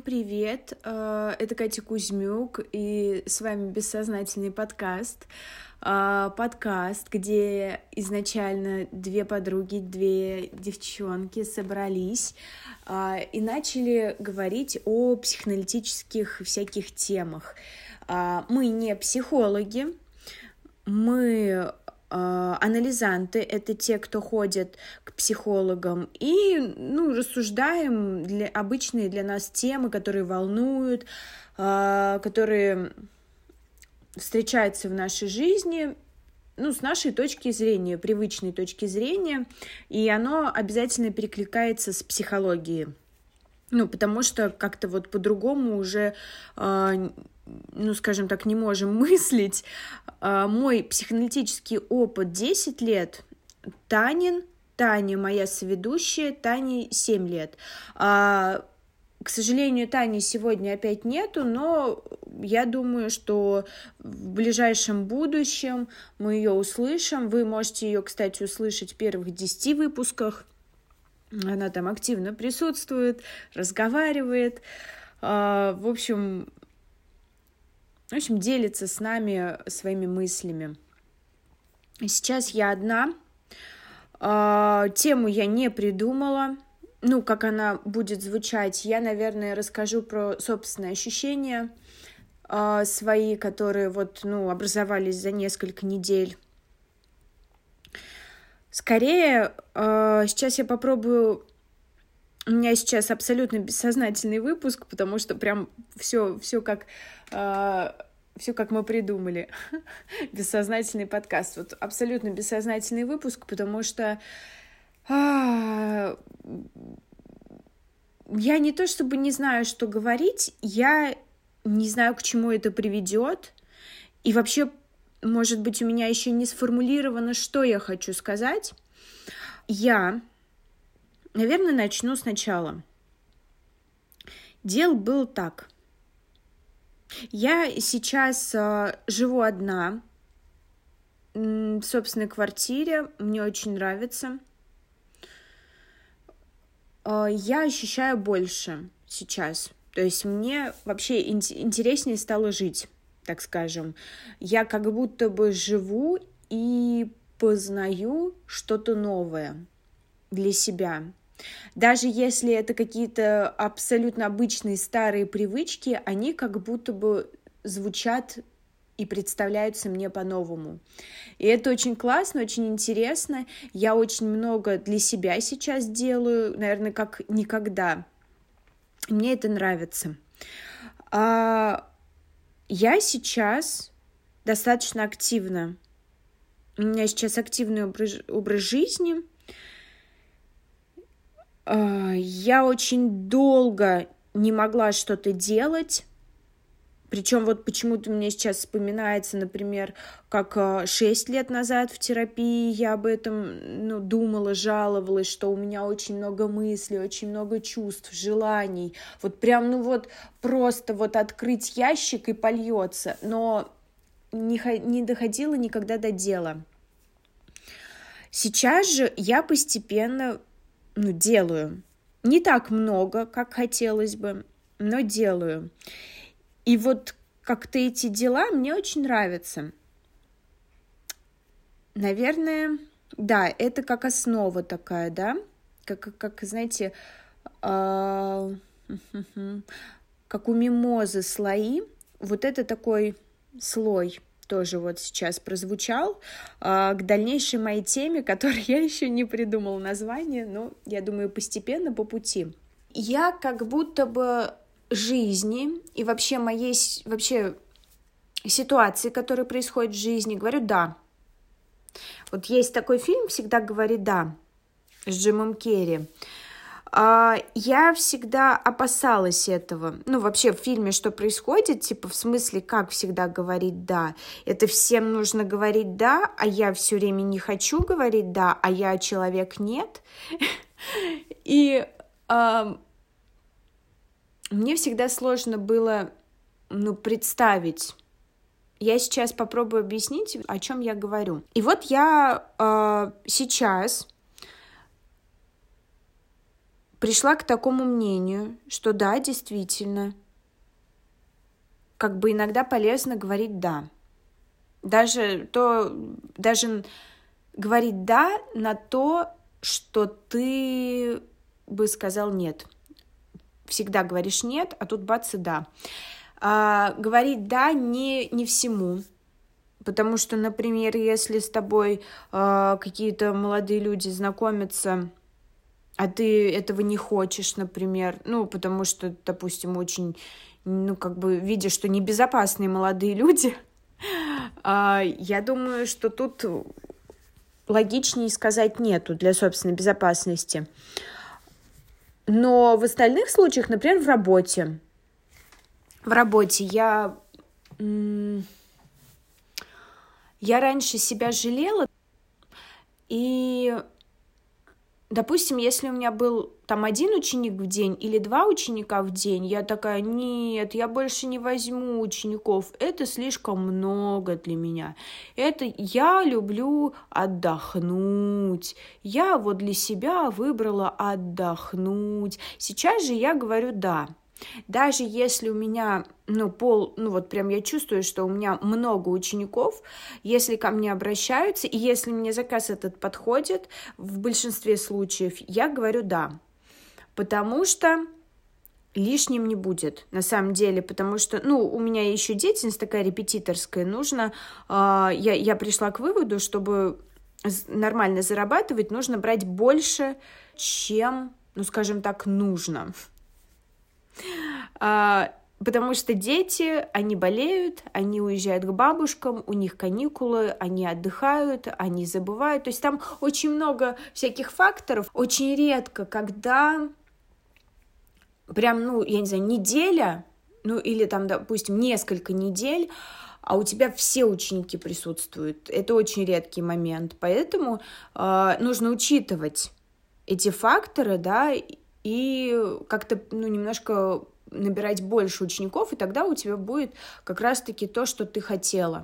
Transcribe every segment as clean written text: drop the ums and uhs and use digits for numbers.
привет! Это Катя Кузьмюк, и с вами «Бессознательный подкаст». Подкаст, где изначально две подруги, две девчонки собрались и начали говорить о психоаналитических всяких темах. Мы не психологи, мы анализанты — это те, кто ходят к психологам, и рассуждаем обычные для нас темы, которые волнуют, которые встречаются в нашей жизни, с нашей точки зрения, привычной точки зрения, и оно обязательно перекликается с психологией. Потому что как-то вот по-другому уже, скажем так, не можем мыслить. Мой психоаналитический опыт 10 лет, Таня моя соведущая, Тане 7 лет. К сожалению, Тани сегодня опять нету, но я думаю, что в ближайшем будущем мы ее услышим. Вы можете ее, кстати, услышать в первых 10 выпусках. Она там активно присутствует, разговаривает, в общем, делится с нами своими мыслями. Сейчас я одна, тему я не придумала, как она будет звучать. Я, наверное, расскажу про собственные ощущения свои, которые образовались за несколько недель. Скорее, сейчас я попробую... У меня сейчас абсолютно бессознательный выпуск, потому что прям все как мы придумали. Бессознательный подкаст. Вот абсолютно бессознательный выпуск, потому что я не то чтобы не знаю, что говорить, я не знаю, к чему это приведет. И вообще, может быть, у меня еще не сформулировано, что я хочу сказать. Я, наверное, начну сначала. Дело было так. Я сейчас живу одна в собственной квартире. Мне очень нравится. Я ощущаю больше сейчас. То есть мне вообще интереснее стало жить, так скажем. Я как будто бы живу и познаю что-то новое для себя. Даже если это какие-то абсолютно обычные старые привычки, они как будто бы звучат и представляются мне по-новому. И это очень классно, очень интересно. Я очень много для себя сейчас делаю, наверное, как никогда. Мне это нравится. Я сейчас достаточно активна. У меня сейчас активный образ жизни. Я очень долго не могла что-то делать. Причем почему-то мне сейчас вспоминается, например, как 6 лет назад в терапии я об этом думала, жаловалась, что у меня очень много мыслей, очень много чувств, желаний. Просто открыть ящик и польется. Но не доходила никогда до дела. Сейчас же я постепенно делаю. Не так много, как хотелось бы, но делаю. И как-то эти дела мне очень нравятся. Наверное, да, это как основа такая, да? Как знаете, как у мимозы слои. Это такой слой тоже сейчас прозвучал к дальнейшей моей теме, которой я еще не придумала название, но я думаю, постепенно по пути. Я как будто бы жизни и вообще моей ситуации, которые происходят в жизни, говорю «да». Есть такой фильм «Всегда говори да» с Джимом Керри. Я всегда опасалась этого. Вообще в фильме что происходит? В смысле, как всегда говорить «да». Это всем нужно говорить «да», а я все время не хочу говорить «да», а я человек «нет». И мне всегда сложно было представить. Я сейчас попробую объяснить, о чем я говорю. И я сейчас пришла к такому мнению, что да, действительно, как бы иногда полезно говорить «да». Даже говорить «да» на то, что ты бы сказал «нет». Всегда говоришь «нет», а тут бац и «да». Говорить «да» не всему. Потому что, например, если с тобой какие-то молодые люди знакомятся, а ты этого не хочешь, например, потому что, допустим, очень, видишь, что небезопасные молодые люди, я думаю, что тут логичнее сказать «нету» для собственной безопасности. Но в остальных случаях, например, в работе я раньше себя жалела, и, допустим, если у меня был там 1 ученик в день или 2 ученика в день, я такая: нет, я больше не возьму учеников, это слишком много для меня. Я люблю отдохнуть, я вот для себя выбрала отдохнуть. Сейчас же я говорю «да». Даже если у меня, прям я чувствую, что у меня много учеников, если ко мне обращаются, и если мне заказ этот подходит, в большинстве случаев я говорю «да», потому что лишним не будет, на самом деле, потому что, у меня еще деятельность такая репетиторская, я пришла к выводу, чтобы нормально зарабатывать, нужно брать больше, чем, скажем так, нужно. Потому что дети, они болеют, они уезжают к бабушкам, у них каникулы, они отдыхают, они забывают. То есть там очень много всяких факторов. Очень редко, когда прям, неделя, или там, допустим, несколько недель, а у тебя все ученики присутствуют. Это очень редкий момент. Поэтому нужно учитывать эти факторы, да, и как-то, немножко набирать больше учеников, и тогда у тебя будет как раз-таки то, что ты хотел.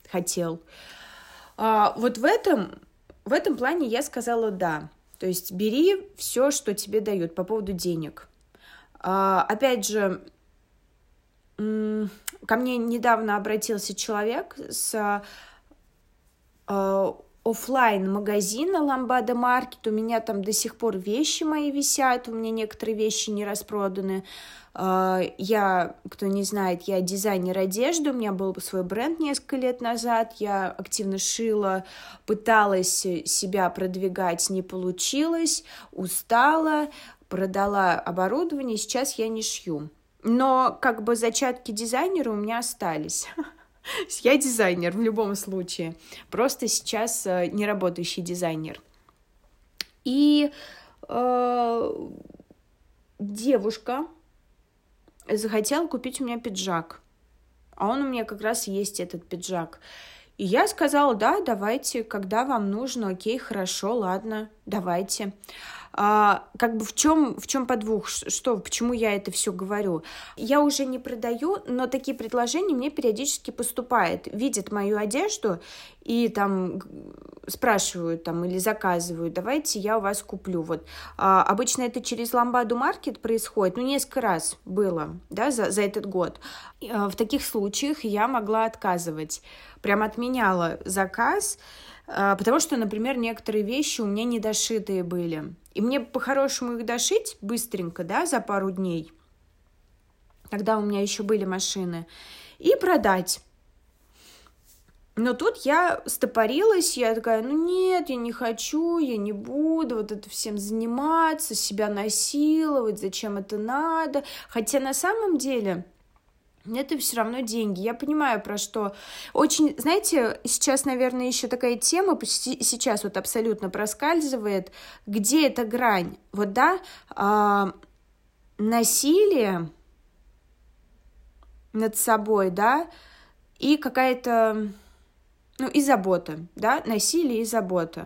Вот в этом плане я сказала «да». То есть бери все, что тебе дают по поводу денег. Опять же, ко мне недавно обратился человек с офлайн-магазина Ламбада Маркет. У меня там до сих пор вещи мои висят, у меня некоторые вещи не распроданы. Я, кто не знает, я дизайнер одежды, у меня был свой бренд несколько лет назад, я активно шила, пыталась себя продвигать, не получилось, устала, продала оборудование, сейчас я не шью. Но зачатки дизайнера у меня остались. Я дизайнер в любом случае, просто сейчас не работающий дизайнер. И девушка захотела купить у меня пиджак, а он у меня как раз есть, этот пиджак. И я сказала: да, давайте, когда вам нужно, окей, хорошо, ладно, давайте. В чем подвох, почему я это все говорю? Я уже не продаю, но такие предложения мне периодически поступают. Видят мою одежду и там спрашивают или заказывают: давайте я у вас куплю. Обычно это через Ламбаду Маркет происходит, несколько раз было, да, за этот год. В таких случаях я могла отказывать, прям отменяла заказ, потому что, например, некоторые вещи у меня недошитые были. И мне по-хорошему их дошить быстренько, да, за пару дней, когда у меня еще были машины, и продать. Но тут я стопорилась, я такая: нет, я не хочу, я не буду это всем заниматься, себя насиловать, зачем это надо. Хотя на самом деле это все равно деньги. Я понимаю, про что. Очень, знаете, сейчас, наверное, еще такая тема, сейчас абсолютно проскальзывает, где эта грань. Насилие над собой, да, и какая-то, и забота, да, насилие и забота.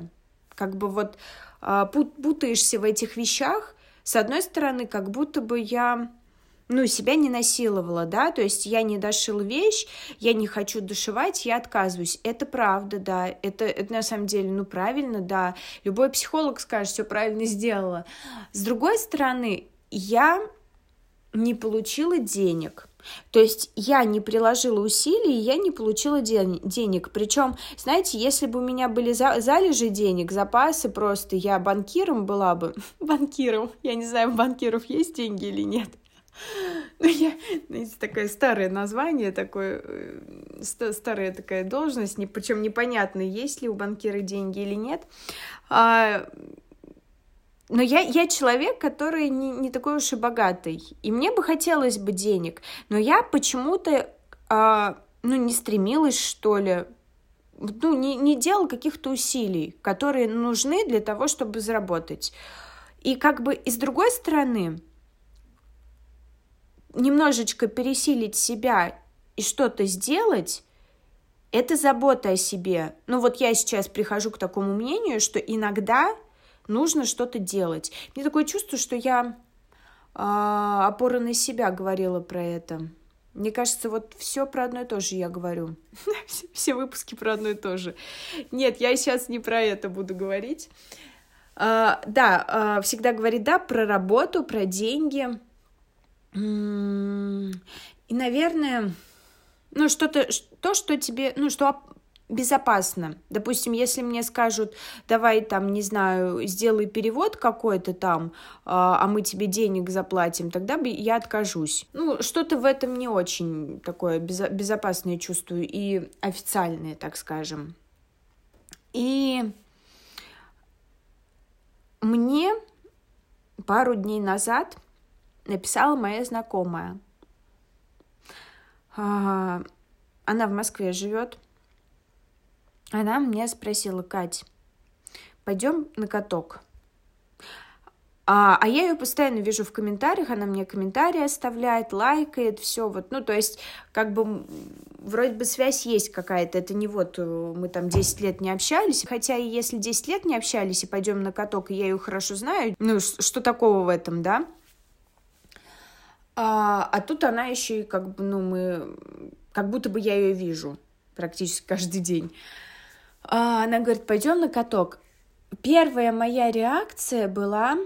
Путаешься в этих вещах. С одной стороны, как будто бы я себя не насиловала, да, то есть я не дошила вещь, я не хочу дошивать, я отказываюсь. Это правда, да, это на самом деле, правильно, да. Любой психолог скажет, все правильно сделала. С другой стороны, я не получила денег. То есть я не приложила усилий, я не получила денег. Причем, знаете, если бы у меня были залежи денег, запасы просто, я банкиром была бы. Банкиром. Я не знаю, у банкиров есть деньги или нет. Знаете, такое старое название, старая такая должность, причем непонятно, есть ли у банкира деньги или нет. Но я человек, который не такой уж и богатый, и мне бы хотелось бы денег, но я почему-то, не стремилась, что ли, не делала каких-то усилий, которые нужны для того, чтобы заработать. И и с другой стороны, немножечко пересилить себя и что-то сделать, это забота о себе. Я сейчас прихожу к такому мнению, что иногда нужно что-то делать. Мне такое чувство, что я опора на себя говорила про это. Мне кажется, все про одно и то же я говорю. Все выпуски про одно и то же. Нет, я сейчас не про это буду говорить. Всегда говорит, про работу, про деньги. И, наверное, что-то, что тебе, что безопасно. Допустим, если мне скажут, давай там, не знаю, сделай перевод какой-то там, а мы тебе денег заплатим, тогда я откажусь. Что-то в этом не очень такое безопасное чувствую и официальное, так скажем. И мне пару дней назад написала моя знакомая. Она в Москве живет. Она меня спросила: Кать, пойдем на каток? А я ее постоянно вижу в комментариях, она мне комментарии оставляет, лайкает, все то есть вроде бы связь есть какая-то, это не мы там 10 лет не общались, хотя и если 10 лет не общались и пойдем на каток, и я ее хорошо знаю, что такого в этом, да? А тут она еще и мы, как будто бы я ее вижу практически каждый день. Она говорит, пойдем на каток. Первая моя реакция была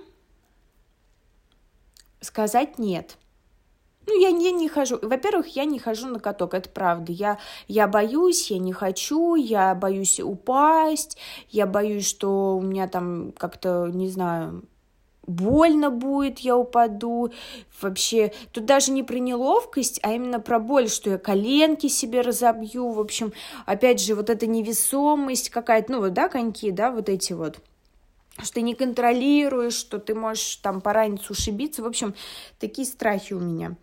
сказать нет. Я не хожу. Во-первых, я не хожу на каток, это правда. Я боюсь, я не хочу, я боюсь упасть, я боюсь, что у меня там как-то, не знаю, больно будет, я упаду. Вообще, тут даже не про неловкость, а именно про боль, что я коленки себе разобью. В общем, опять же, эта невесомость какая-то, коньки, эти что ты не контролируешь, что ты можешь там пораниться, ушибиться. В общем, такие страхи у меня.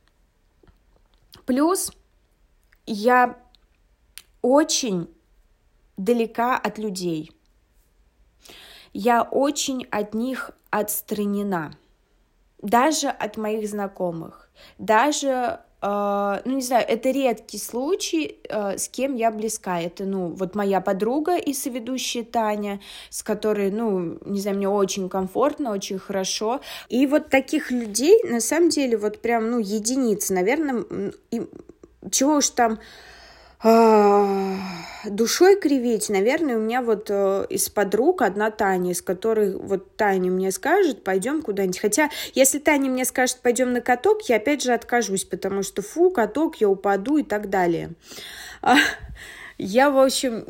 Плюс я очень далека от людей. Я очень от них отстранена. Даже от моих знакомых. Даже, не знаю, это редкий случай, с кем я близка. Это, моя подруга и соведущая Таня, с которой, не знаю, мне очень комфортно, очень хорошо. И таких людей, на самом деле, прям, единицы, наверное, чего уж там душой кривить, наверное, у меня из подруг одна Таня, с которой Таня мне скажет, пойдем куда-нибудь. Хотя, если Таня мне скажет, пойдем на каток, я опять же откажусь, потому что каток, я упаду и так далее. Я, в общем,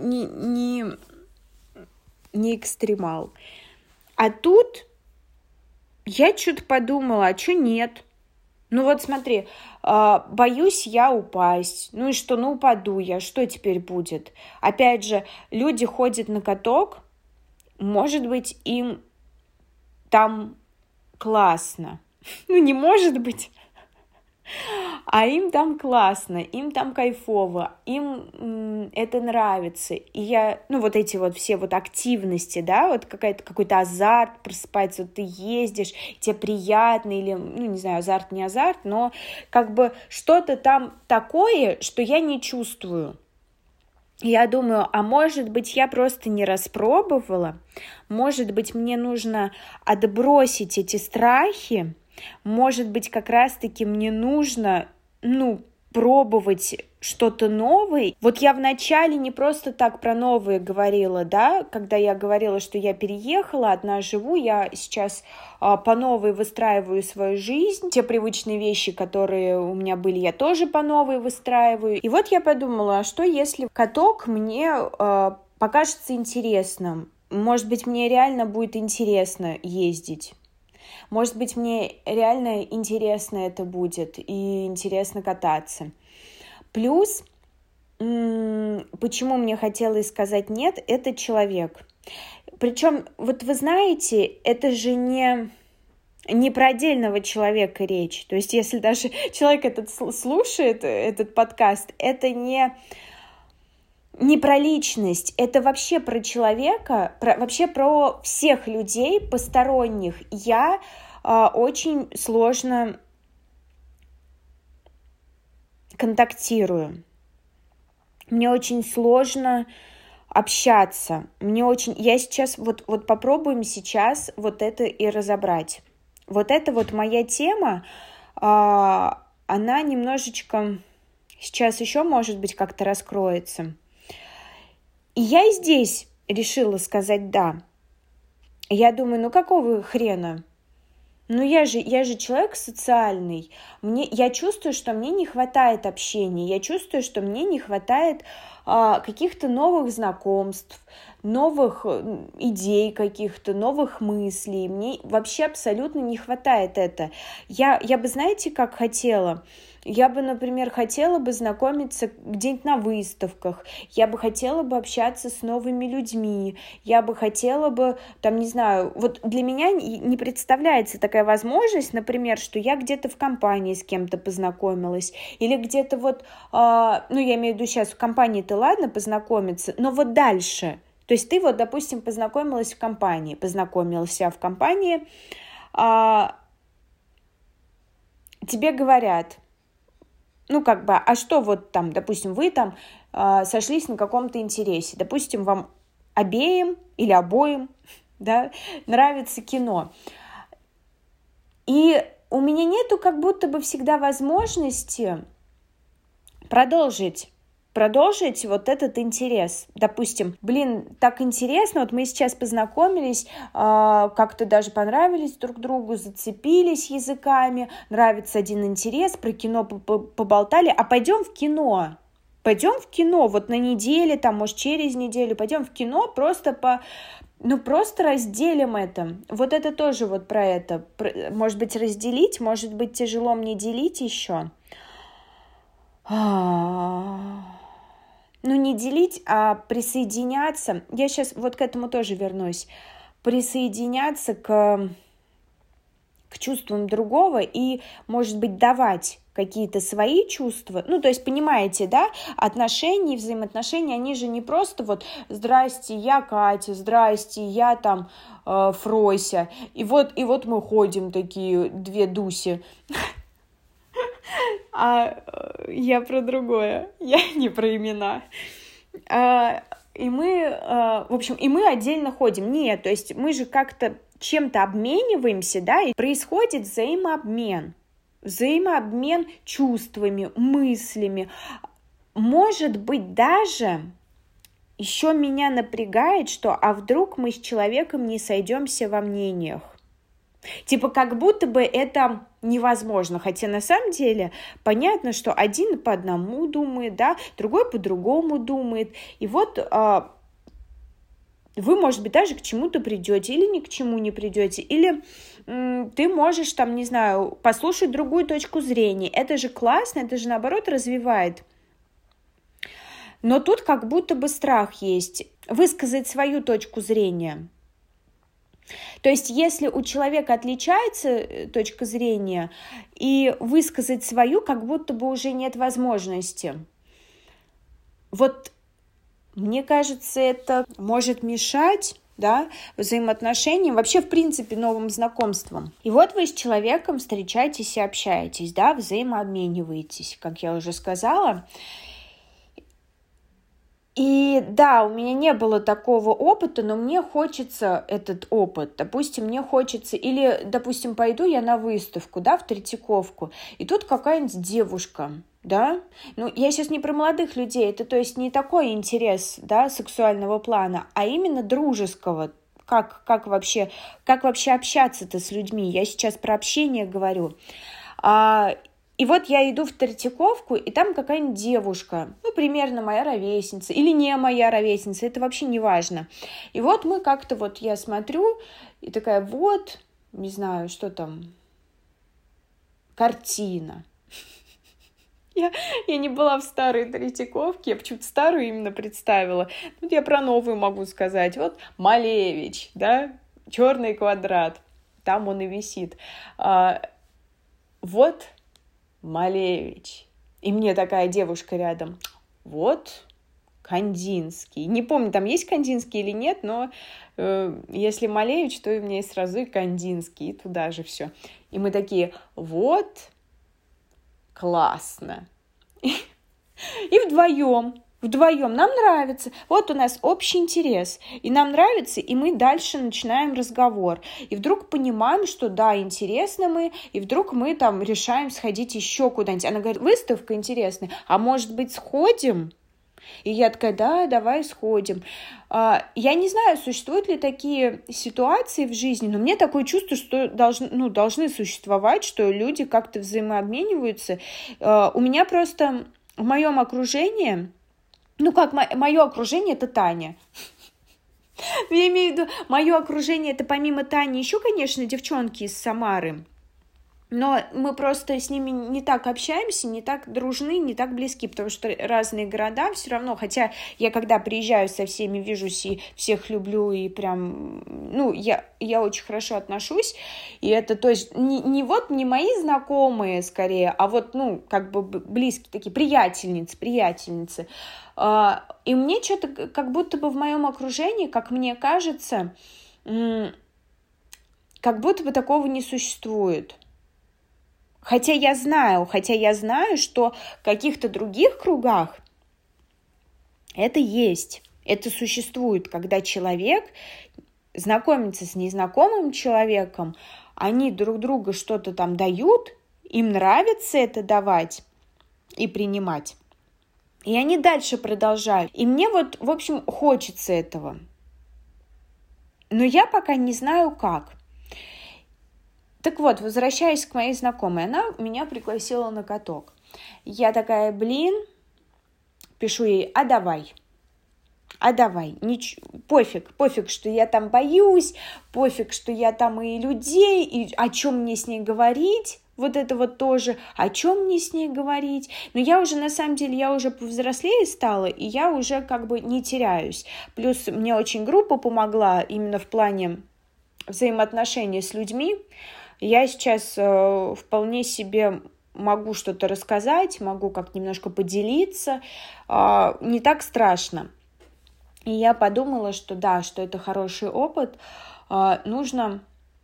не экстремал. А тут я что-то подумала, а что нет? Смотри, боюсь я упасть. И что, упаду я, что теперь будет? Опять же, люди ходят на каток, может быть, им там классно. Не может быть, а им там классно, им там кайфово, им это нравится. И я, эти все активности, да, какой-то азарт просыпается, ты ездишь, тебе приятно, или, не знаю, азарт, не азарт, но что-то там такое, что я не чувствую. Я думаю, а может быть, я просто не распробовала, может быть, мне нужно отбросить эти страхи, Может быть, как раз-таки мне нужно, пробовать что-то новое. Вот я вначале не просто так про новое говорила, да, когда я говорила, что я переехала, одна живу, я сейчас по новой выстраиваю свою жизнь. Те привычные вещи, которые у меня были, я тоже по новой выстраиваю. И вот я подумала, а что если каток мне покажется интересным? Может быть, мне реально будет интересно ездить. Может быть, мне реально интересно это будет и интересно кататься. Плюс, почему мне хотелось сказать нет, это человек. Причем, вот вы знаете, это же не про отдельного человека речь. То есть, если даже человек этот слушает, этот подкаст, это не про личность, это вообще про человека, вообще про всех людей посторонних. Я очень сложно контактирую. Мне очень сложно общаться. Я сейчас, вот попробуем сейчас вот это и разобрать. Вот это вот моя тема, она немножечко сейчас еще, может быть, как-то раскроется. И я и здесь решила сказать «да». Я думаю, какого хрена? Я же человек социальный. Я чувствую, что мне не хватает общения. Я чувствую, что мне не хватает каких-то новых знакомств, новых идей каких-то, новых мыслей. Мне вообще абсолютно не хватает это. Я бы, знаете, как хотела? Я бы, например, хотела бы знакомиться где-нибудь на выставках, я бы хотела бы общаться с новыми людьми, я бы хотела бы, не знаю, вот для меня не представляется такая возможность, например, что я где-то в компании с кем-то познакомилась, или где-то я имею в виду сейчас в компании-то ладно познакомиться, но вот дальше, то есть ты допустим, познакомился в компании, тебе говорят, а что допустим, вы сошлись на каком-то интересе, допустим, вам обеим или обоим, да, нравится кино. И у меня нету как будто бы всегда возможности продолжить вот этот интерес. Допустим, так интересно, мы сейчас познакомились, как-то даже понравились друг другу, зацепились языками, нравится один интерес, про кино поболтали, а пойдем в кино, на неделе, может, через неделю, пойдем в кино, просто просто разделим это. Вот это тоже про это. Может быть, разделить, может быть, тяжело мне делить еще. Не делить, а присоединяться. Я сейчас к этому тоже вернусь. Присоединяться к чувствам другого и, может быть, давать какие-то свои чувства. То есть, понимаете, да, взаимоотношения, они же не просто «Здрасте, я Катя», «Здрасте, я Фрося». И вот мы ходим такие, две Дуси. А я про другое, я не про имена. И мы отдельно ходим. Нет, то есть мы же как-то чем-то обмениваемся, да, и происходит взаимообмен чувствами, мыслями. Может быть, даже еще меня напрягает, что вдруг мы с человеком не сойдемся во мнениях. Как будто бы это невозможно, хотя на самом деле понятно, что один по одному думает, да, другой по-другому думает, и вы, может быть, даже к чему-то придете или ни к чему не придете, или ты можешь, послушать другую точку зрения, это же классно, это же, наоборот, развивает. Но тут как будто бы страх есть, высказать свою точку зрения. То есть, если у человека отличается точка зрения, и высказать свою, как будто бы уже нет возможности. Мне кажется, это может мешать, да, взаимоотношениям, вообще, в принципе, новым знакомствам. И вы с человеком встречаетесь и общаетесь, да, взаимообмениваетесь, как я уже сказала. И да, у меня не было такого опыта, но мне хочется этот опыт. Допустим, мне хочется, или, допустим, пойду я на выставку, да, в Третьяковку, и тут какая-нибудь девушка, да, ну, я сейчас не про молодых людей, это, то есть, не такой интерес, да, сексуального плана, а именно дружеского, как вообще общаться-то с людьми, я сейчас про общение говорю. И вот я иду в Третьяковку, и там какая-нибудь девушка, ну, примерно моя ровесница, или не моя ровесница, это вообще не важно. И вот мы как-то, вот я смотрю, и такая, вот, не знаю, что там, картина. Я не была в старой Третьяковке, я почему-то старую именно представила. Тут я про новую могу сказать. Вот Малевич, да, черный квадрат, там он и висит. Вот Малевич. И мне такая девушка рядом. Вот Кандинский. Не помню, там есть Кандинский или нет, но если Малевич, то и мне сразу и Кандинский, и туда же все. И мы такие, вот, классно. И вдвоем нам нравится. Вот у нас общий интерес. И нам нравится, и мы дальше начинаем разговор. И вдруг понимаем, что да, интересно мы, и вдруг мы там решаем сходить еще куда-нибудь. Она говорит, выставка интересная, а может быть сходим? И я такая, да, давай сходим. Я не знаю, существуют ли такие ситуации в жизни, но мне такое чувство, что должны существовать, что люди как-то взаимообмениваются. У меня просто в моем окружении, мое окружение — это Таня. Я имею в виду, мое окружение — это помимо Тани еще, конечно, девчонки из Самары. Но мы просто с ними не так общаемся, не так дружны, не так близки, потому что разные города все равно. Хотя я, когда приезжаю, со всеми вижусь и всех люблю, и прям, я очень хорошо отношусь. И это, то есть, не мои знакомые скорее, а вот, близкие такие, приятельницы. И мне что-то, как будто бы в моем окружении, как мне кажется, как будто бы такого не существует. Хотя я знаю, что в каких-то других кругах это есть, это существует, когда человек знакомится с незнакомым человеком, они друг другу что-то там дают, им нравится это давать и принимать, и они дальше продолжают. И мне вот, в общем, хочется этого, но я пока не знаю как. Так вот, возвращаясь к моей знакомой, она меня пригласила на каток. Я такая, пишу ей, а давай, пофиг, что я там боюсь, пофиг, что я там и людей, и о чем мне с ней говорить, вот это вот тоже, о чем мне с ней говорить. Но я уже, на самом деле, я уже повзрослее стала, и я уже как бы не теряюсь. Плюс мне очень группа помогла именно в плане взаимоотношений с людьми. Я сейчас вполне себе могу что-то рассказать, могу как немножко поделиться, не так страшно. И я подумала, что да, что это хороший опыт, нужно,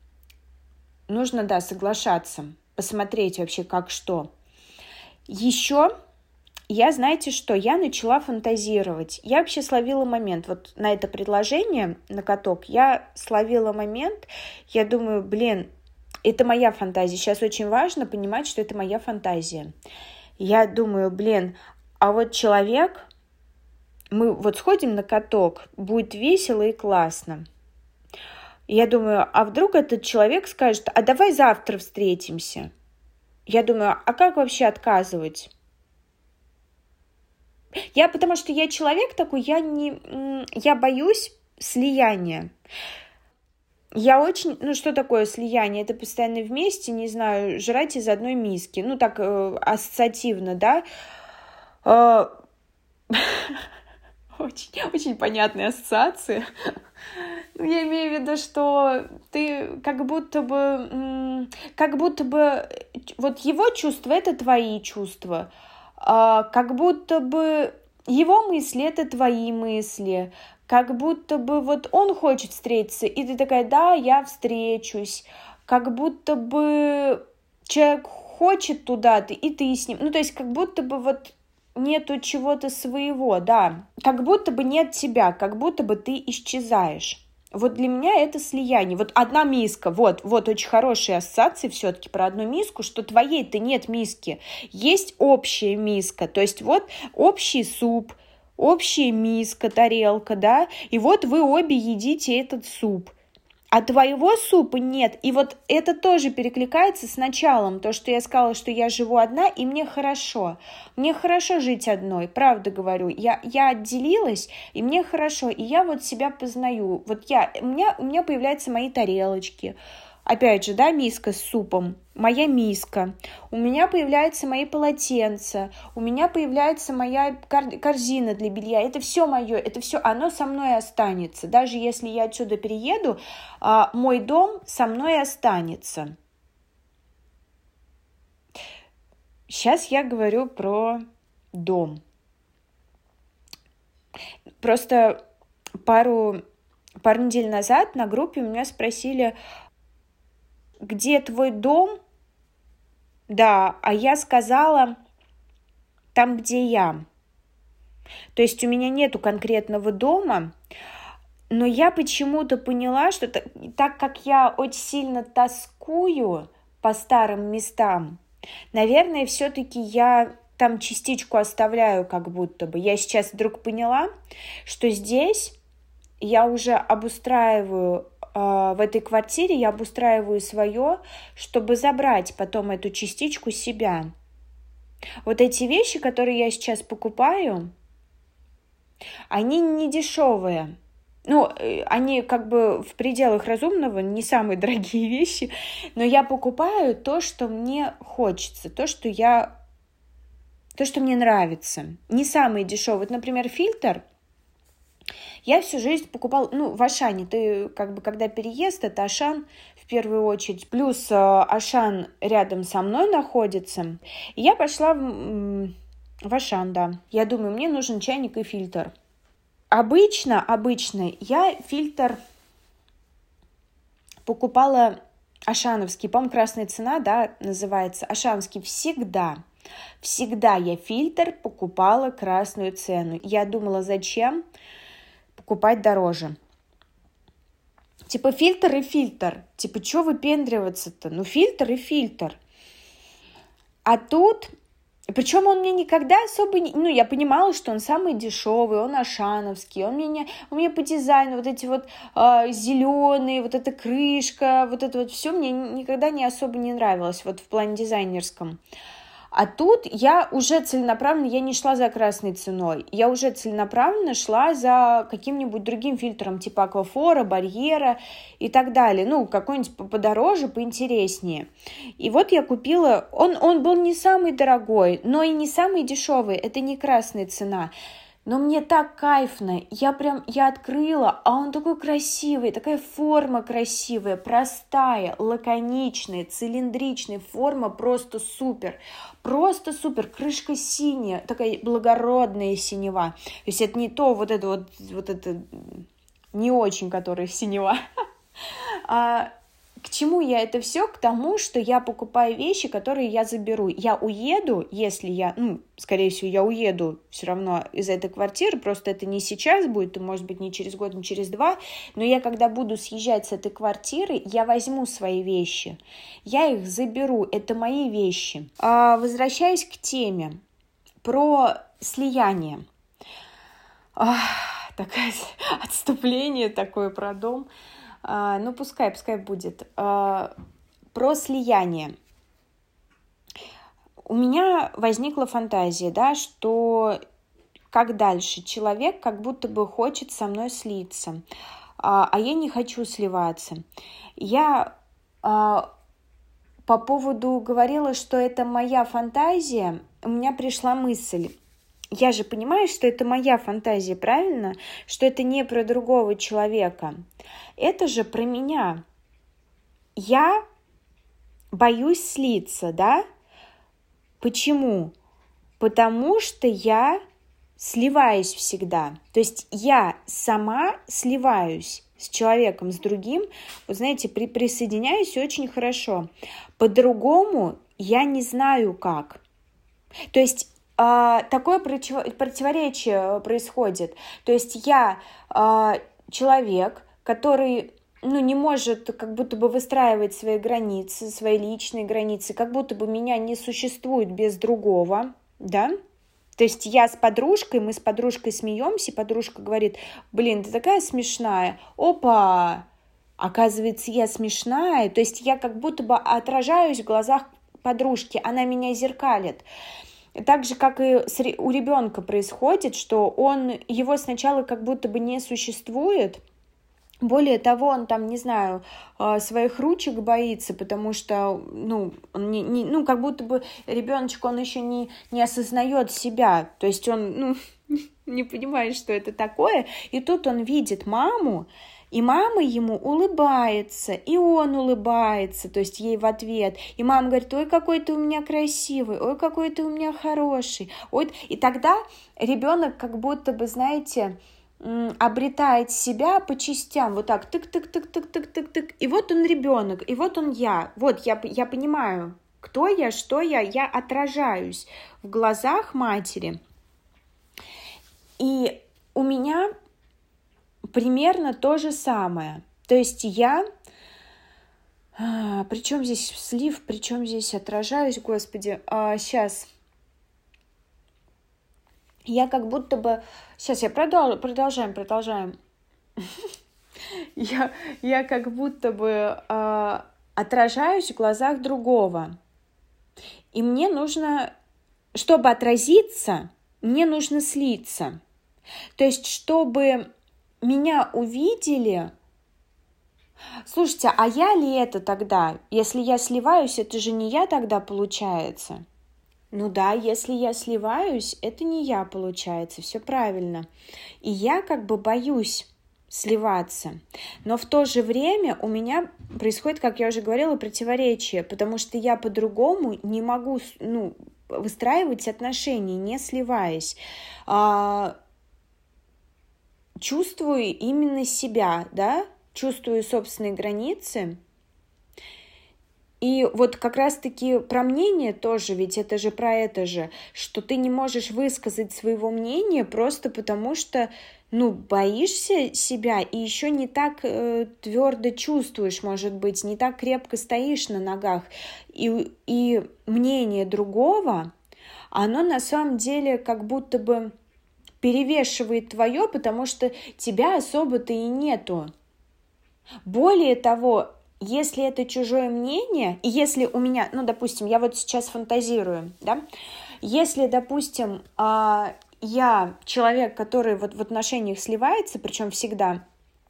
соглашаться, посмотреть вообще как что. Еще знаете что, я начала фантазировать. Я вообще словила момент, вот на это предложение, на каток, я словила момент, я думаю, это моя фантазия. Сейчас очень важно понимать, что это моя фантазия. Я думаю, а вот человек, мы вот сходим на каток, будет весело и классно. Я думаю, а вдруг этот человек скажет, а давай завтра встретимся. Я думаю, а как вообще отказывать? Потому что я человек такой, я боюсь слияния. Я очень, что такое слияние? Это постоянно вместе, не знаю, жрать из одной миски. Так ассоциативно, да? Очень, очень понятные ассоциации. Я имею в виду, что ты как будто бы вот его чувства — это твои чувства. Как будто бы его мысли — это твои мысли. Как будто бы вот он хочет встретиться, и ты такая, да, я встречусь. Как будто бы человек хочет туда-то, и ты с ним. То есть как будто бы вот нету чего-то своего, да, как будто бы нет тебя, как будто бы ты исчезаешь. Вот для меня это слияние. Вот одна миска, вот очень хорошие ассоциации все-таки про одну миску, что твоей-то нет миски, есть общая миска, то есть вот общий суп, общая миска, тарелка, да, и вот вы обе едите этот суп. А твоего супа нет. И вот это тоже перекликается с началом. То, что я сказала, что я живу одна, и мне хорошо. Мне хорошо жить одной, правда говорю. Я отделилась, и мне хорошо. И я вот себя познаю. Вот у меня появляются мои тарелочки. Опять же, да, миска с супом, моя миска. У меня появляются мои полотенца, у меня появляется моя корзина для белья. Это все мое, это все, оно со мной останется. Даже если я отсюда перееду, мой дом со мной останется. Сейчас я говорю про дом. Просто пару недель назад на группе меня спросили: где твой дом? Да, а я сказала, там, где я. То есть у меня нету конкретного дома, но я почему-то поняла, что так как я очень сильно тоскую по старым местам, наверное, все-таки я там частичку оставляю, как будто бы. Я сейчас вдруг поняла, что здесь я уже обустраиваю, в этой квартире я обустраиваю свое, чтобы забрать потом эту частичку себя. Вот эти вещи, которые я сейчас покупаю, они не дешевые. Ну, они как бы в пределах разумного, не самые дорогие вещи, но я покупаю то, что мне хочется, то, что мне нравится. Не самые дешевые. Вот, например, фильтр. Я всю жизнь покупала, в Ашане, ты как бы, когда переезд, это Ашан в первую очередь, плюс Ашан рядом со мной находится, и я пошла в Ашан, да. Я думаю, мне нужен чайник и фильтр. Обычно я фильтр покупала ашановский, по-моему, «Красная цена», да, называется, ашановский, всегда я фильтр покупала «Красную цену». Я думала, зачем покупать дороже. Типа фильтр и фильтр. Типа, что выпендриваться-то? Фильтр и фильтр. А тут... Причем он мне никогда особо... я понимала, что он самый дешевый, он ашановский, он мне по дизайну, вот эти вот зеленые, вот эта крышка, вот это вот все мне никогда не особо не нравилось, вот в плане дизайнерском. А тут я уже целенаправленно, я не шла за красной ценой, я уже целенаправленно шла за каким-нибудь другим фильтром, типа аквафора, барьера и так далее, какой-нибудь подороже, поинтереснее. И вот я купила, он был не самый дорогой, но и не самый дешевый, это не красная цена. Но мне так кайфно, я открыла, а он такой красивый, такая форма красивая, простая, лаконичная, цилиндричная, форма просто супер, крышка синяя, такая благородная синева, то есть это не то вот это не очень, которая синева. К чему я это все? К тому, что я покупаю вещи, которые я заберу. Я уеду, если я, скорее всего, я уеду все равно из этой квартиры, просто это не сейчас будет, и, может быть, не через год, не через 2, но я, когда буду съезжать с этой квартиры, я возьму свои вещи, я их заберу, это мои вещи. Возвращаясь к теме про слияние. Такое отступление такое про дом. Пускай будет. Про слияние. У меня возникла фантазия, да, что как дальше? Человек как будто бы хочет со мной слиться, а я не хочу сливаться. Я по поводу говорила, что это моя фантазия, у меня пришла мысль. Я же понимаю, что это моя фантазия, правильно? Что это не про другого человека. Это же про меня. Я боюсь слиться, да? Почему? Потому что я сливаюсь всегда. То есть я сама сливаюсь с человеком, с другим. Вы знаете, присоединяюсь очень хорошо. По-другому я не знаю как. То есть такое противоречие происходит. То есть я человек, который не может как будто бы выстраивать свои границы, свои личные границы, как будто бы меня не существует без другого, да? То есть я с подружкой, мы с подружкой смеемся, и подружка говорит: блин, ты такая смешная. Опа! Оказывается, я смешная. То есть я как будто бы отражаюсь в глазах подружки, она меня зеркалит. Так же, как и у ребенка происходит, что его сначала как будто бы не существует. Более того, он там, не знаю, своих ручек боится, потому что, он как будто бы ребеночек, он еще не осознает себя, то есть он, не понимает, что это такое, и тут он видит маму, и мама ему улыбается, и он улыбается, то есть ей в ответ, и мама говорит: ой, какой ты у меня красивый, ой, какой ты у меня хороший, ой, и тогда ребенок как будто бы, знаете, обретает себя по частям, вот так, тык-тык-тык-тык-тык-тык-тык, и вот он ребенок, и вот он я, вот я понимаю, кто я, что я отражаюсь в глазах матери, и у меня примерно то же самое, то есть причем здесь слив, причем здесь отражаюсь, господи, сейчас... Я как будто бы... Сейчас я продолжаем. Я как будто бы отражаюсь в глазах другого. И мне нужно, чтобы отразиться, мне нужно слиться. То есть, чтобы меня увидели... Слушайте, а я ли это тогда? Если я сливаюсь, это же не я тогда получается. Ну да, если я сливаюсь, это не я, получается, все правильно. И я как бы боюсь сливаться. Но в то же время у меня происходит, как я уже говорила, противоречие, потому что я по-другому не могу выстраивать отношения, не сливаясь. Чувствую именно себя, да, чувствую собственные границы. И вот как раз-таки про мнение тоже, ведь это же про это же, что ты не можешь высказать своего мнения просто потому, что, боишься себя и еще не так твердо чувствуешь, может быть, не так крепко стоишь на ногах. И мнение другого, оно на самом деле как будто бы перевешивает твое, потому что тебя особо-то и нету. Более того, если это чужое мнение, и если у меня, допустим, я вот сейчас фантазирую, да, если, допустим, я человек, который вот в отношениях сливается, причем всегда,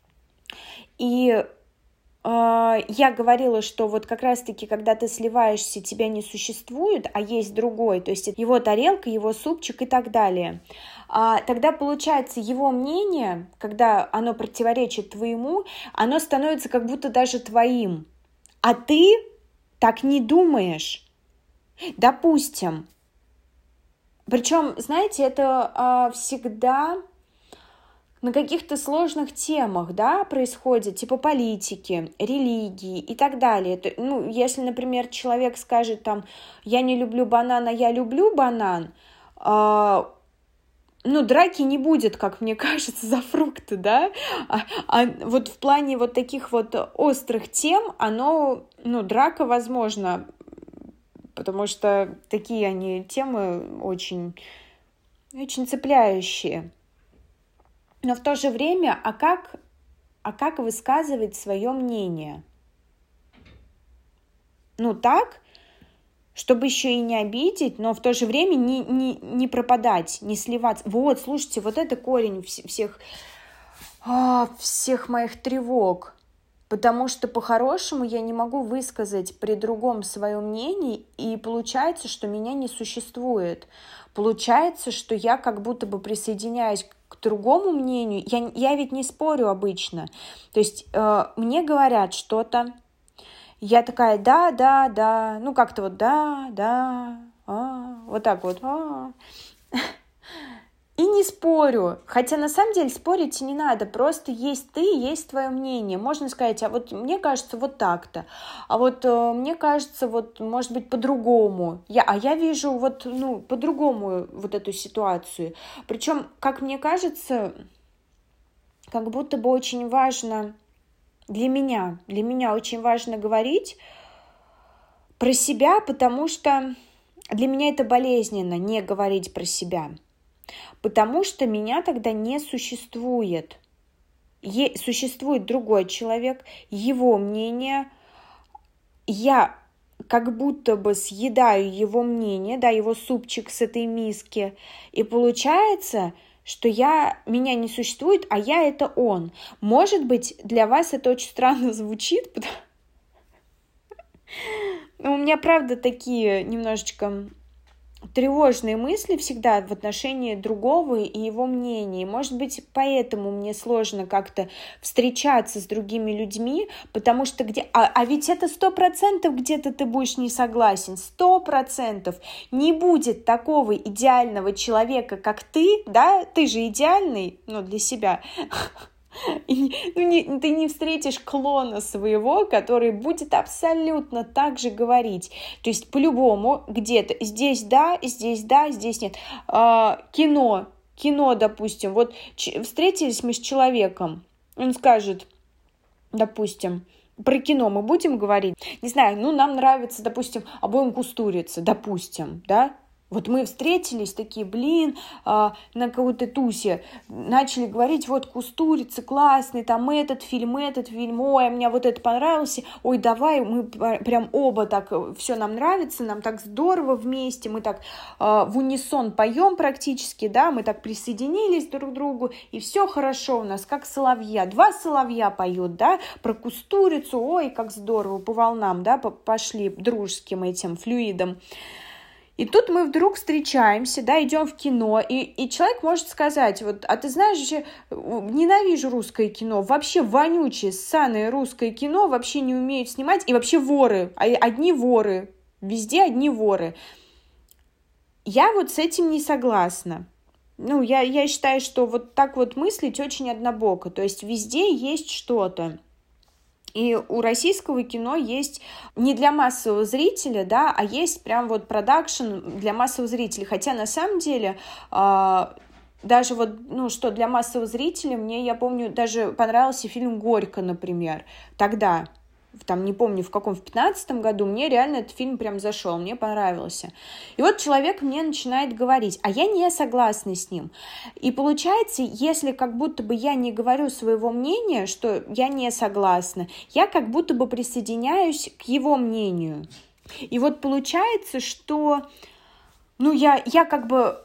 и я говорила, что вот как раз-таки, когда ты сливаешься, тебя не существует, а есть другой, то есть его тарелка, его супчик и так далее. Тогда, получается, его мнение, когда оно противоречит твоему, оно становится как будто даже твоим. А ты так не думаешь. Допустим. Причем, знаете, это всегда... на каких-то сложных темах, да, происходит, типа политики, религии и так далее. Если, например, человек скажет там: я не люблю банан, а я люблю банан, драки не будет, как мне кажется, за фрукты, да, вот в плане вот таких вот острых тем, драка возможна, потому что такие они темы очень, очень цепляющие. Но в то же время, как высказывать свое мнение? Так, чтобы еще и не обидеть, но в то же время не пропадать, не сливаться. Вот, слушайте, вот это корень всех моих тревог. Потому что по-хорошему я не могу высказать при другом свое мнение, и получается, что меня не существует. Получается, что я как будто бы присоединяюсь к другому мнению. Я ведь не спорю обычно. То есть мне говорят что-то, я такая: да, как-то вот да, вот так вот. И не спорю, хотя на самом деле спорить и не надо, просто есть ты, есть твое мнение. Можно сказать, а вот мне кажется вот так-то, а вот мне кажется вот может быть по-другому. Я вижу вот по-другому вот эту ситуацию. Причем, как мне кажется, как будто бы очень важно для меня очень важно говорить про себя, потому что для меня это болезненно не говорить про себя. Потому что меня тогда не существует. Существует другой человек, его мнение. Я как будто бы съедаю его мнение, да, его супчик с этой миски. И получается, что меня не существует, а я это он. Может быть, для вас это очень странно звучит, но у меня, правда, такие немножечко тревожные мысли всегда в отношении другого и его мнения. Может быть, поэтому мне сложно как-то встречаться с другими людьми, потому что ведь это 100% где-то ты будешь не согласен, 100%. Не будет такого идеального человека, как ты, да, ты же идеальный, для себя. Ты не встретишь клона своего, который будет абсолютно так же говорить. То есть по-любому где-то здесь да, здесь нет. Кино, допустим. Вот встретились мы с человеком, он скажет, допустим, про кино мы будем говорить. Не знаю, нам нравится, допустим, обоим Кустурица, допустим, да? Вот мы встретились, такие, на какой-то тусе, начали говорить, вот Кустурица классный, там этот фильм, ой, мне вот это понравился, ой, давай, мы прям оба так, все нам нравится, нам так здорово вместе, мы так в унисон поем практически, да, мы так присоединились друг к другу, и все хорошо у нас, как соловья, 2 соловья поют, да, про Кустурицу, ой, как здорово, по волнам, да, пошли дружеским этим флюидом. И тут мы вдруг встречаемся, да, идем в кино, и человек может сказать, вот, а ты знаешь, вообще, ненавижу русское кино, вообще вонючее, ссаное русское кино, вообще не умеют снимать, и вообще воры, одни воры, везде одни воры. Я вот с этим не согласна. Я считаю, что вот так вот мыслить очень однобоко, то есть везде есть что-то. И у российского кино есть не для массового зрителя, да, а есть прям вот продакшн для массового зрителя. Хотя на самом деле даже вот, что для массового зрителя, я помню, даже понравился фильм «Горько», например, тогда. Там, не помню, в каком, в 15-м году, мне реально этот фильм прям зашел, мне понравился. И вот человек мне начинает говорить, а я не согласна с ним. И получается, если как будто бы я не говорю своего мнения, что я не согласна, я как будто бы присоединяюсь к его мнению. И вот получается, что, я как бы...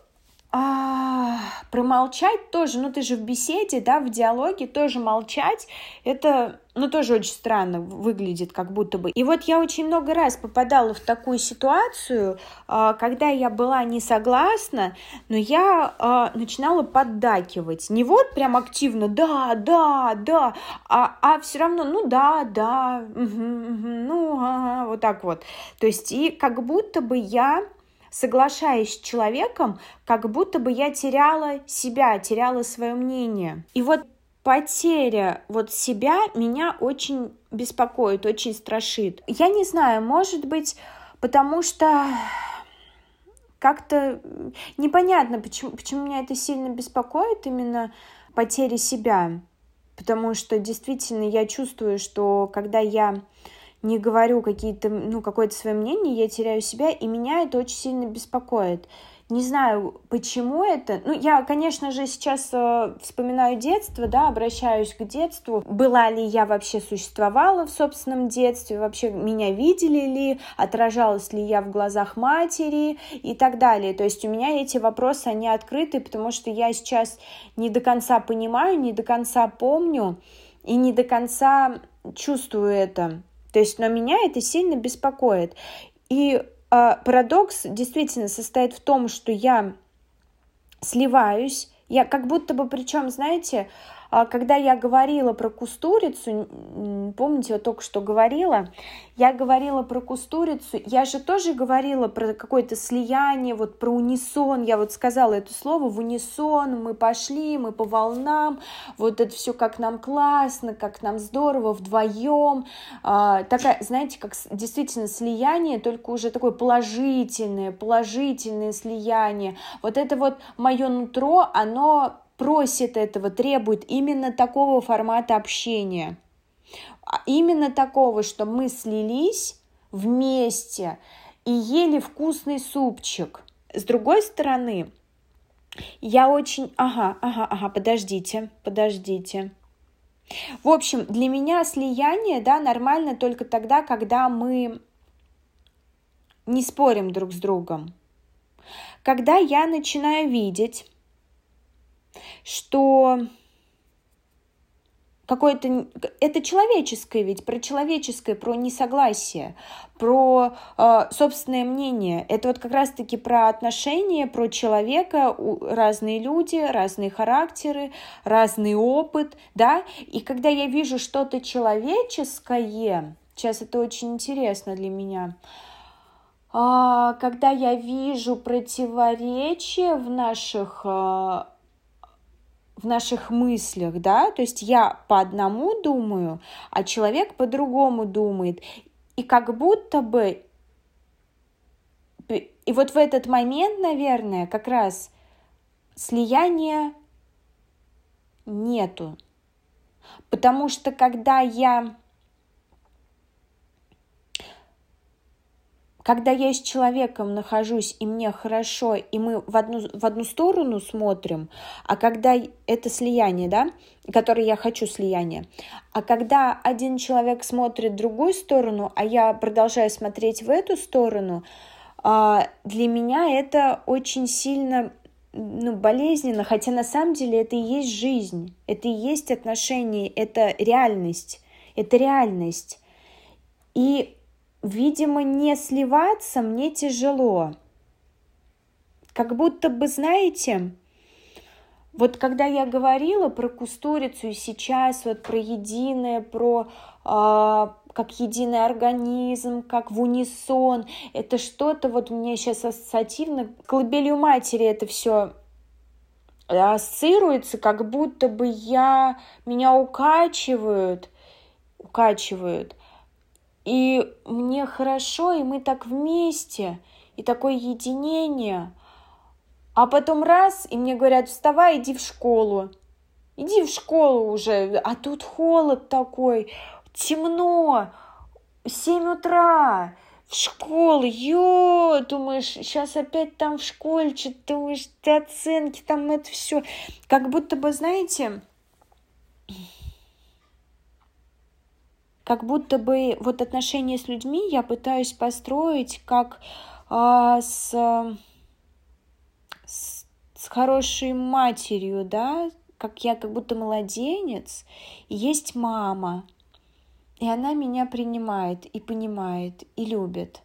промолчать тоже, ты же в беседе, да, в диалоге тоже молчать, это, тоже очень странно выглядит, как будто бы. И вот я очень много раз попадала в такую ситуацию, когда я была не согласна, но я начинала поддакивать. Не вот прям активно, да, а все равно, да, вот так вот. То есть и как будто бы я... соглашаясь с человеком, как будто бы я теряла себя, теряла свое мнение. И вот потеря вот себя меня очень беспокоит, очень страшит. Я не знаю, может быть, потому что как-то непонятно, почему меня это сильно беспокоит, именно потеря себя. Потому что действительно я чувствую, что когда я не говорю какое-то свое мнение, я теряю себя, и меня это очень сильно беспокоит. Не знаю, почему это. Я, конечно же, сейчас вспоминаю детство, да, обращаюсь к детству. Была ли я вообще существовала в собственном детстве, вообще меня видели ли, отражалась ли я в глазах матери и так далее. То есть у меня эти вопросы, они открыты, потому что я сейчас не до конца понимаю, не до конца помню и не до конца чувствую это. То есть, но меня это сильно беспокоит. И парадокс действительно состоит в том, что я сливаюсь, я как будто бы, причем, знаете, когда я говорила про Кустурицу, помните, я только что говорила, я говорила про Кустурицу, я же тоже говорила про какое-то слияние, вот про унисон, я вот сказала это слово, в унисон, мы пошли, мы по волнам, вот это все как нам классно, как нам здорово вдвоем, такая, знаете, как действительно слияние, только уже такое положительное слияние, вот это вот мое нутро, оно просит этого, требует именно такого формата общения. Именно такого, что мы слились вместе и ели вкусный супчик. С другой стороны, я очень... подождите. В общем, для меня слияние, да, нормально только тогда, когда мы не спорим друг с другом. Когда я начинаю видеть, что какое-то... Это человеческое ведь, про человеческое, про несогласие, про собственное мнение. Это вот как раз-таки про отношения, про человека, разные люди, разные характеры, разный опыт, да. И когда я вижу что-то человеческое, сейчас это очень интересно для меня, когда я вижу противоречия в наших мыслях, да, то есть я по одному думаю, а человек по-другому думает, и как будто бы, и вот в этот момент, наверное, как раз слияния нету, потому что когда я с человеком нахожусь, и мне хорошо, и мы в одну сторону смотрим, а когда это слияние, да, которое я хочу слияние, а когда один человек смотрит в другую сторону, а я продолжаю смотреть в эту сторону, для меня это очень сильно болезненно, хотя на самом деле это и есть жизнь, это и есть отношения, это реальность. И видимо, не сливаться мне тяжело. Как будто бы, знаете, вот когда я говорила про Кустурицу и сейчас вот про единое, про как единый организм, как в унисон, это что-то вот мне сейчас ассоциативно, колыбелью матери это все ассоциируется, как будто бы меня укачивают. И мне хорошо, и мы так вместе, и такое единение. А потом раз, и мне говорят, вставай, иди в школу. Иди в школу уже, а тут холод такой, темно, 7 утра, в школу, думаешь, сейчас опять там в школе, что-то думаешь, оценки, там это все. Как будто бы, знаете... Как будто бы вот отношения с людьми я пытаюсь построить как с хорошей матерью, да, как я как будто младенец, и есть мама, и она меня принимает, и понимает, и любит.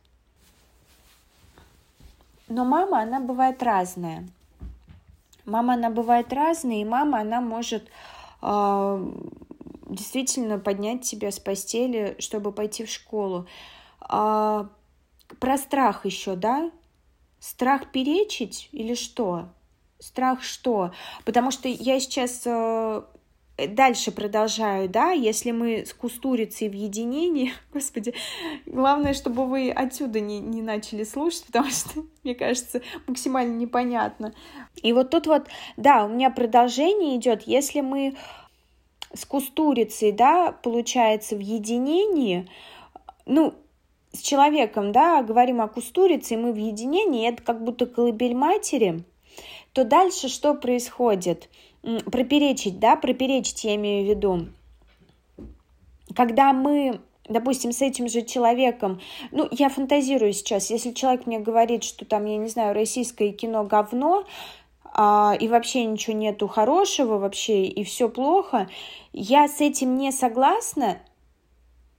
Но мама, она бывает разная. И мама, она может... действительно поднять тебя с постели, чтобы пойти в школу. Про страх еще, да? Страх перечить или что? Страх что? Потому что я сейчас дальше продолжаю, да? Если мы с Кустурицей в единении, господи, главное, чтобы вы отсюда не начали слушать, потому что, мне кажется, максимально непонятно. И вот тут вот, да, у меня продолжение идет. Если мы с Кустурицей, да, получается, в единении, с человеком, да, говорим о Кустурице, и мы в единении, это как будто колыбель матери, то дальше что происходит? Проперечить я имею в виду. Когда мы, допустим, с этим же человеком, я фантазирую сейчас, если человек мне говорит, что там, я не знаю, российское кино говно, и вообще ничего нету хорошего вообще, и все плохо, я с этим не согласна,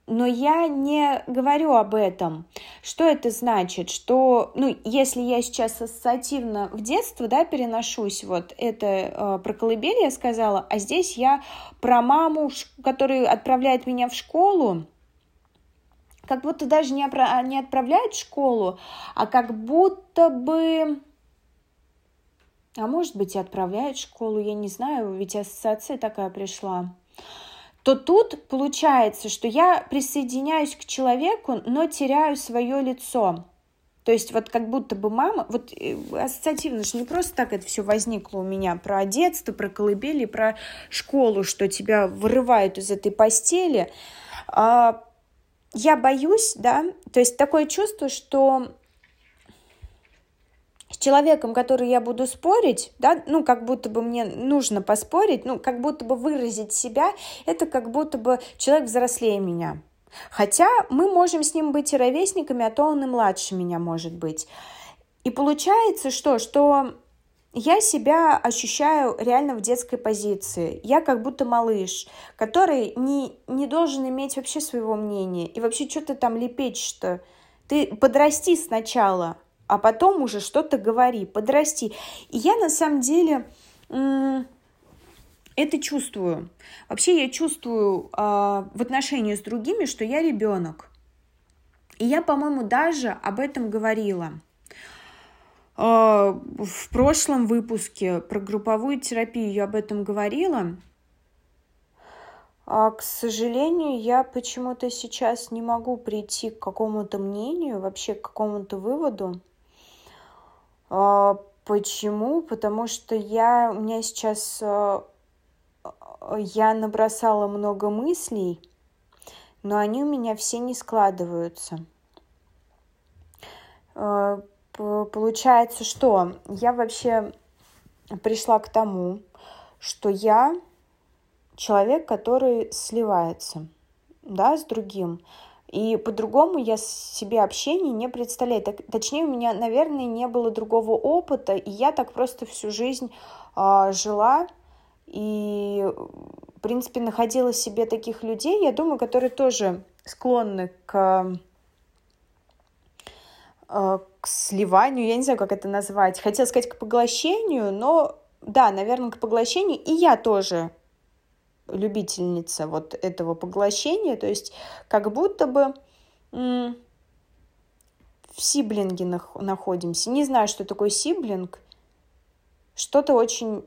Но я не говорю об этом. Что это значит? Что, если я сейчас ассоциативно в детство, да, переношусь, вот это про колыбель я сказала, а здесь я про маму, которая отправляет меня в школу, как будто даже не отправляет в школу, а как будто бы... А может быть, и отправляет в школу, я не знаю, ведь ассоциация такая пришла. То тут получается, что я присоединяюсь к человеку, но теряю свое лицо. То есть вот как будто бы мама, вот ассоциативно же не просто так это все возникло у меня про детство, про колыбели, про школу, что тебя вырывают из этой постели. Я боюсь, да, то есть такое чувство, что с человеком, который я буду спорить, да, как будто бы мне нужно поспорить, как будто бы выразить себя, это как будто бы человек взрослее меня. Хотя мы можем с ним быть и ровесниками, а то он и младше меня может быть. И получается, что я себя ощущаю реально в детской позиции. Я как будто малыш, который не должен иметь вообще своего мнения. И вообще, что ты там лепечешь-то? Ты подрасти сначала, а потом уже что-то говори, подрасти. И я на самом деле это чувствую. Вообще я чувствую в отношении с другими, что я ребенок. И я, по-моему, даже об этом говорила. В прошлом выпуске про групповую терапию я об этом говорила. К сожалению, я почему-то сейчас не могу прийти к какому-то мнению, вообще к какому-то выводу. Почему? Потому что я набросала много мыслей, но они у меня все не складываются. Получается, что я вообще пришла к тому, что я человек, который сливается, да, с другим. И по-другому я себе общение не представляю. Точнее, у меня, наверное, не было другого опыта, и я так просто всю жизнь жила и, в принципе, находила себе таких людей, я думаю, которые тоже склонны к сливанию, я не знаю, как это назвать. Хотела сказать к поглощению, но да, наверное, к поглощению. И я тоже любительница вот этого поглощения, то есть как будто бы в сиблинге находимся. Не знаю, что такое сиблинг, что-то очень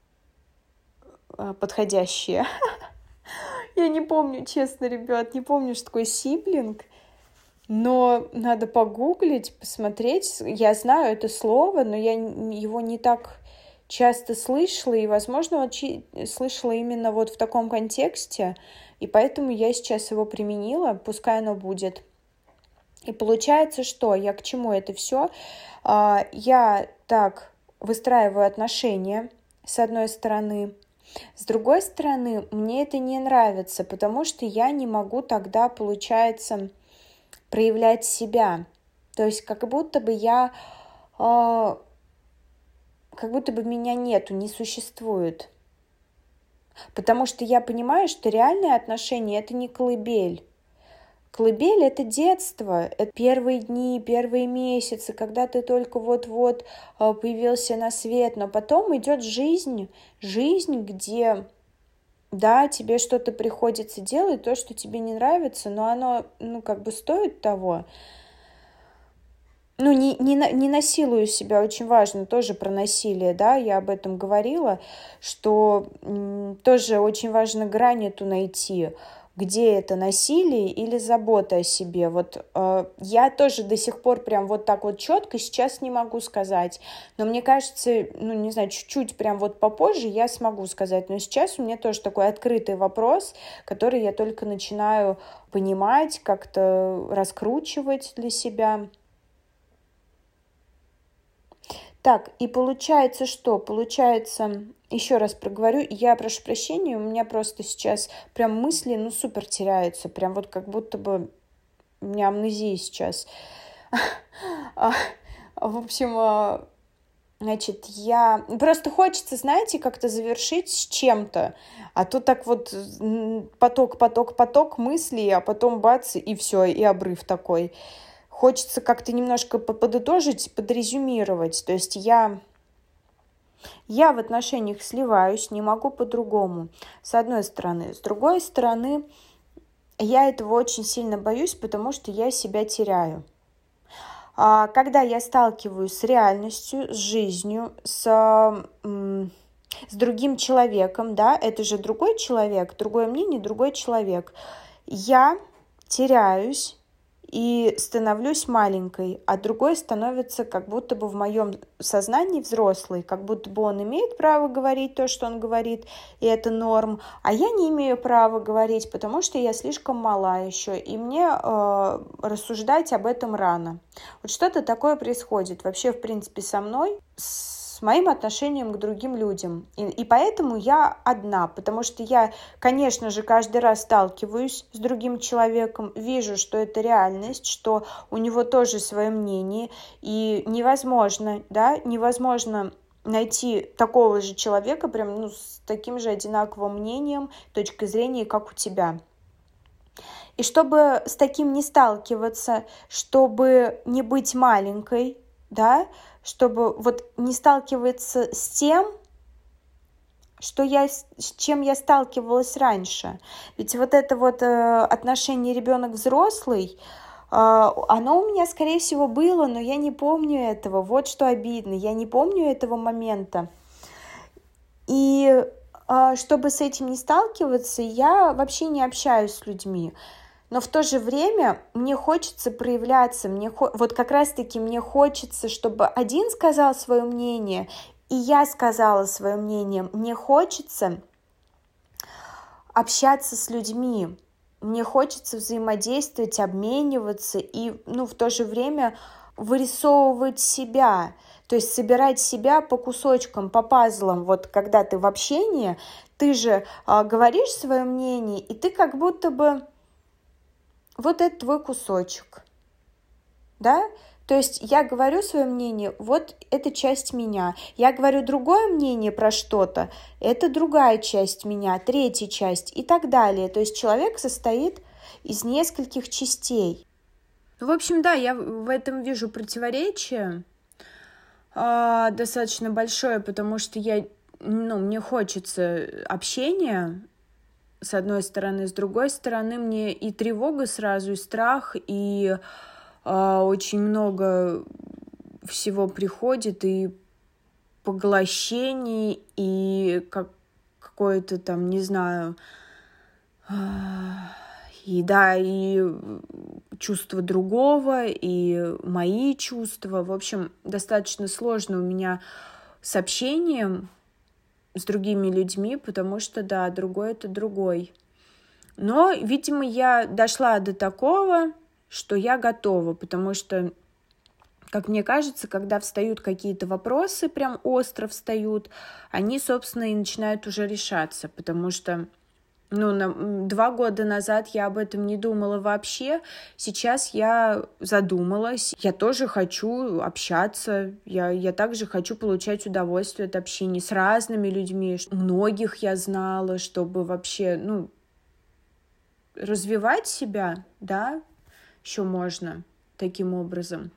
подходящее. Я не помню, честно, ребят, не помню, что такое сиблинг, но надо погуглить, посмотреть. Я знаю это слово, но я его не так часто слышала, и, возможно, слышала именно вот в таком контексте, и поэтому я сейчас его применила, пускай оно будет. И получается, что я к чему это все? Я так выстраиваю отношения, с одной стороны. С другой стороны, мне это не нравится, потому что я не могу тогда, получается, проявлять себя. То есть как будто бы меня нету, не существует. Потому что я понимаю, что реальные отношения — это не колыбель. Колыбель — это детство, это первые дни, первые месяцы, когда ты только вот-вот появился на свет, но потом идет жизнь, где, да, тебе что-то приходится делать, то, что тебе не нравится, но оно, стоит того. Не насилую себя, очень важно, тоже про насилие, да, я об этом говорила, что тоже очень важно грань эту найти, где это насилие или забота о себе. Вот я тоже до сих пор прям вот так вот четко сейчас не могу сказать, но мне кажется, не знаю, чуть-чуть прям вот попозже я смогу сказать, но сейчас у меня тоже такой открытый вопрос, который я только начинаю понимать, как-то раскручивать для себя. Так, и получается что? Получается, еще раз проговорю, я прошу прощения, у меня просто сейчас прям мысли, супер теряются, прям вот как будто бы у меня амнезия сейчас. В общем, Значит, я... Просто хочется, знаете, как-то завершить с чем-то, а то так вот поток мыслей, а потом бац, и все, и обрыв такой. Хочется как-то немножко подытожить, подрезюмировать. То есть я в отношениях сливаюсь, не могу по-другому, с одной стороны. С другой стороны, я этого очень сильно боюсь, потому что я себя теряю. Когда я сталкиваюсь с реальностью, с жизнью, с другим человеком, да, это же другой человек, другое мнение, другой человек, я теряюсь и становлюсь маленькой, а другой становится как будто бы в моем сознании взрослый, как будто бы он имеет право говорить то, что он говорит, и это норм, а я не имею права говорить, потому что я слишком мала еще, и мне рассуждать об этом рано. Вот что-то такое происходит вообще, в принципе, со мной, с моим отношением к другим людям. И поэтому я одна, потому что я, конечно же, каждый раз сталкиваюсь с другим человеком, вижу, что это реальность, что у него тоже свое мнение, и невозможно найти такого же человека, прям, с таким же одинаковым мнением, точкой зрения, как у тебя. И чтобы с таким не сталкиваться, чтобы не быть маленькой, да, чтобы вот не сталкиваться с тем, с чем я сталкивалась раньше. Ведь вот это вот отношение ребенок-взрослый, оно у меня, скорее всего, было, но я не помню этого. Вот что обидно, я не помню этого момента. И чтобы с этим не сталкиваться, я вообще не общаюсь с людьми. Но в то же время мне хочется проявляться, вот как раз-таки мне хочется, чтобы один сказал свое мнение, и я сказала свое мнение. Мне хочется общаться с людьми, мне хочется взаимодействовать, обмениваться и, в то же время вырисовывать себя, то есть собирать себя по кусочкам, по пазлам. Вот когда ты в общении, ты же говоришь свое мнение, и ты как будто бы вот это твой кусочек, да? То есть я говорю свое мнение, вот это часть меня. Я говорю другое мнение про что-то, это другая часть меня, третья часть и так далее. То есть человек состоит из нескольких частей. В общем, да, я в этом вижу противоречие достаточно большое, потому что мне хочется общения, с одной стороны, с другой стороны, мне и тревога сразу, и страх, и очень много всего приходит, и поглощений, и какое-то там, не знаю, и чувство другого, и мои чувства. В общем, достаточно сложно у меня с общением с другими людьми, потому что, да, другой — это другой. Но, видимо, я дошла до такого, что я готова, потому что, как мне кажется, когда встают какие-то вопросы, прям остро встают, они, собственно, и начинают уже решаться, потому что 2 года назад я об этом не думала вообще. Сейчас я задумалась. Я тоже хочу общаться. Я также хочу получать удовольствие от общения с разными людьми. Многих я знала, чтобы вообще, развивать себя, да, еще можно таким образом.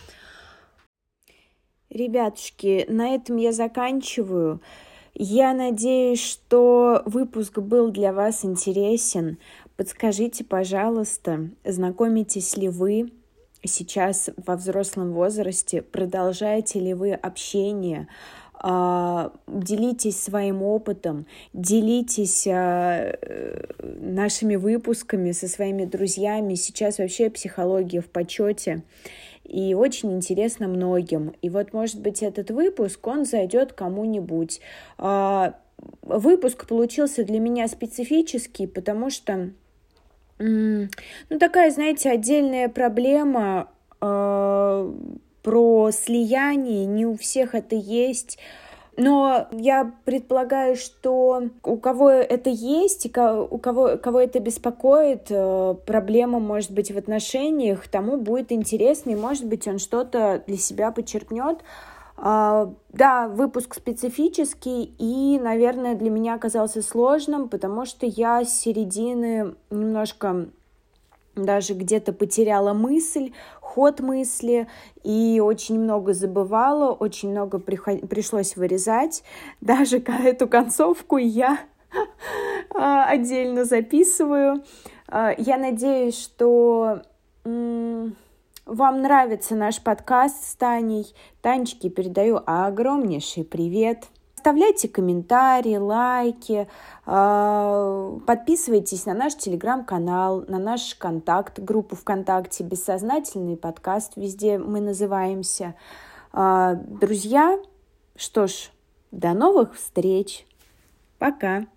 Ребятушки, на этом я заканчиваю. Я надеюсь, что выпуск был для вас интересен. Подскажите, пожалуйста, знакомитесь ли вы сейчас во взрослом возрасте, продолжаете ли вы общение, делитесь своим опытом, делитесь нашими выпусками со своими друзьями. Сейчас вообще психология в почете. И очень интересно многим. И вот, может быть, этот выпуск, он зайдет кому-нибудь. Выпуск получился для меня специфический, потому что, такая, знаете, отдельная проблема про слияние. Не у всех это есть. Но я предполагаю, что у кого это есть, и кого это беспокоит, проблема, может быть, в отношениях, тому будет интересно, и, может быть, он что-то для себя почерпнет. Да, выпуск специфический и, наверное, для меня оказался сложным, потому что я с середины немножко даже где-то потеряла ход мысли, и очень много забывала, очень много пришлось вырезать. Даже эту концовку я отдельно записываю. Я надеюсь, что вам нравится наш подкаст с Таней. Танечке передаю огромнейший привет. Оставляйте комментарии, лайки, подписывайтесь на наш телеграм-канал, на наш группу ВКонтакте, бессознательный подкаст, везде мы называемся. Друзья, что ж, до новых встреч. Пока.